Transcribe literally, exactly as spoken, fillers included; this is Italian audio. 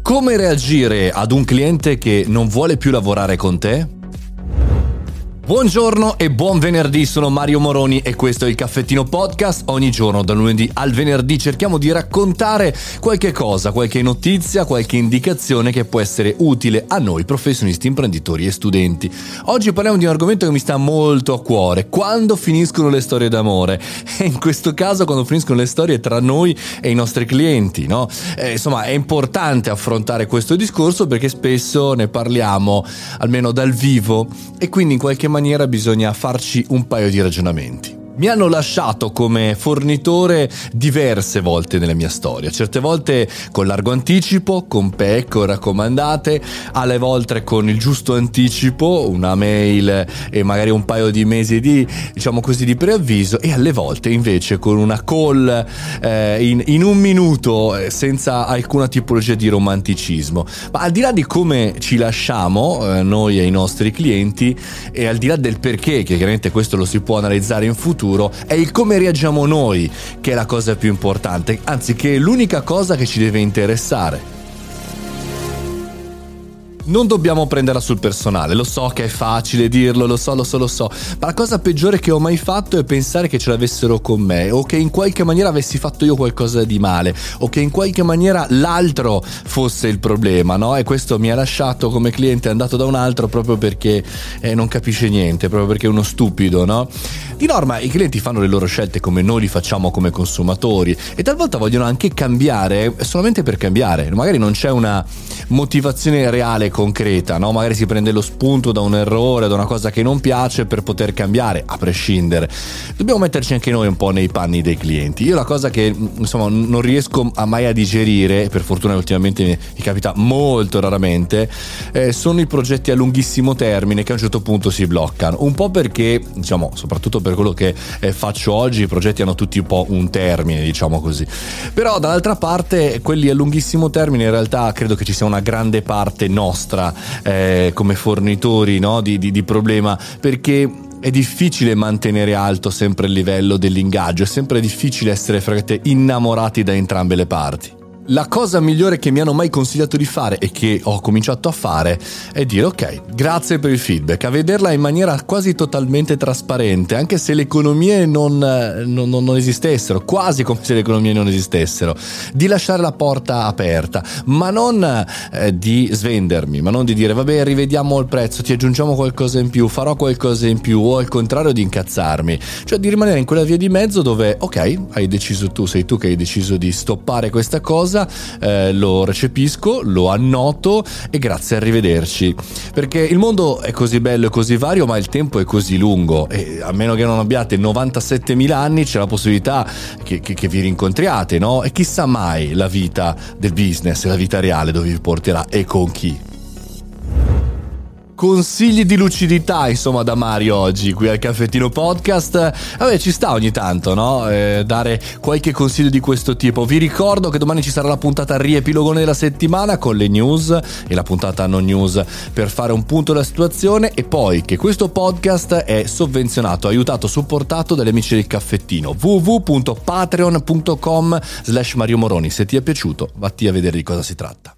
Come reagire ad un cliente che non vuole più lavorare con te? Buongiorno e buon venerdì, sono Mario Moroni e questo è il Caffettino Podcast. Ogni giorno dal lunedì al venerdì cerchiamo di raccontare qualche cosa, qualche notizia, qualche indicazione che può essere utile a noi professionisti, imprenditori e studenti. Oggi parliamo di un argomento che mi sta molto a cuore: quando finiscono le storie d'amore. E in questo caso quando finiscono le storie tra noi e i nostri clienti, no? Eh, insomma, è importante affrontare questo discorso perché spesso ne parliamo almeno dal vivo e quindi in qualche maniera bisogna farci un paio di ragionamenti. Mi hanno lasciato come fornitore diverse volte nella mia storia, certe volte con largo anticipo, con P E C o raccomandate, alle volte con il giusto anticipo, una mail e magari un paio di mesi di, diciamo così, di preavviso, e alle volte invece con una call eh, in, in un minuto senza alcuna tipologia di romanticismo. Ma al di là di come ci lasciamo eh, noi e i nostri clienti, e al di là del perché, che chiaramente questo lo si può analizzare in futuro, è il come reagiamo noi che è la cosa più importante, anzi che è l'unica cosa che ci deve interessare. Non dobbiamo prenderla sul personale, lo so che è facile dirlo, lo so, lo so, lo so, ma la cosa peggiore che ho mai fatto è pensare che ce l'avessero con me, o che in qualche maniera avessi fatto io qualcosa di male, o che in qualche maniera l'altro fosse il problema, no? E questo mi ha lasciato come cliente, è andato da un altro proprio perché eh, non capisce niente, proprio perché è uno stupido, no? Di norma i clienti fanno le loro scelte come noi li facciamo come consumatori, e talvolta vogliono anche cambiare solamente per cambiare, magari non c'è una motivazione reale, concreta, no? Magari si prende lo spunto da un errore, da una cosa che non piace per poter cambiare, a prescindere. Dobbiamo metterci anche noi un po' nei panni dei clienti. Io la cosa che insomma non riesco a mai a digerire, e per fortuna ultimamente mi, mi capita molto raramente, eh, sono i progetti a lunghissimo termine che a un certo punto si bloccano, un po' perché, diciamo, soprattutto per quello che eh, faccio oggi, i progetti hanno tutti un po' un termine, diciamo così. Però dall'altra parte quelli a lunghissimo termine, in realtà credo che ci sia una grande parte nostra eh, come fornitori, no, di, di, di problema, perché è difficile mantenere alto sempre il livello dell'ingaggio, è sempre difficile essere frate innamorati da entrambe le parti. La cosa migliore che mi hanno mai consigliato di fare e che ho cominciato a fare è dire: ok, grazie per il feedback, a vederla in maniera quasi totalmente trasparente, anche se le economie non, non, non esistessero, quasi come se le economie non esistessero, di lasciare la porta aperta, ma non eh, di svendermi, ma non di dire vabbè rivediamo il prezzo, ti aggiungiamo qualcosa in più, farò qualcosa in più, o al contrario di incazzarmi, cioè di rimanere in quella via di mezzo dove ok, hai deciso tu, sei tu che hai deciso di stoppare questa cosa, Eh, lo recepisco, lo annoto e grazie, arrivederci, perché il mondo è così bello e così vario, ma il tempo è così lungo, e a meno che non abbiate novantasettemila anni c'è la possibilità che, che, che vi rincontriate, no? E chissà mai la vita del business, la vita reale dove vi porterà e con chi. Consigli di lucidità, insomma, da Mario oggi qui al Caffettino Podcast. Vabbè, ci sta ogni tanto, no? Eh, dare qualche consiglio di questo tipo. Vi ricordo che domani ci sarà la puntata riepilogone della settimana con le news e la puntata non news per fare un punto della situazione, e poi che questo podcast è sovvenzionato, aiutato, supportato dagli amici del Caffettino. w w w punto patreon punto com slash Mario Moroni. Se ti è piaciuto, vatti a vedere di cosa si tratta.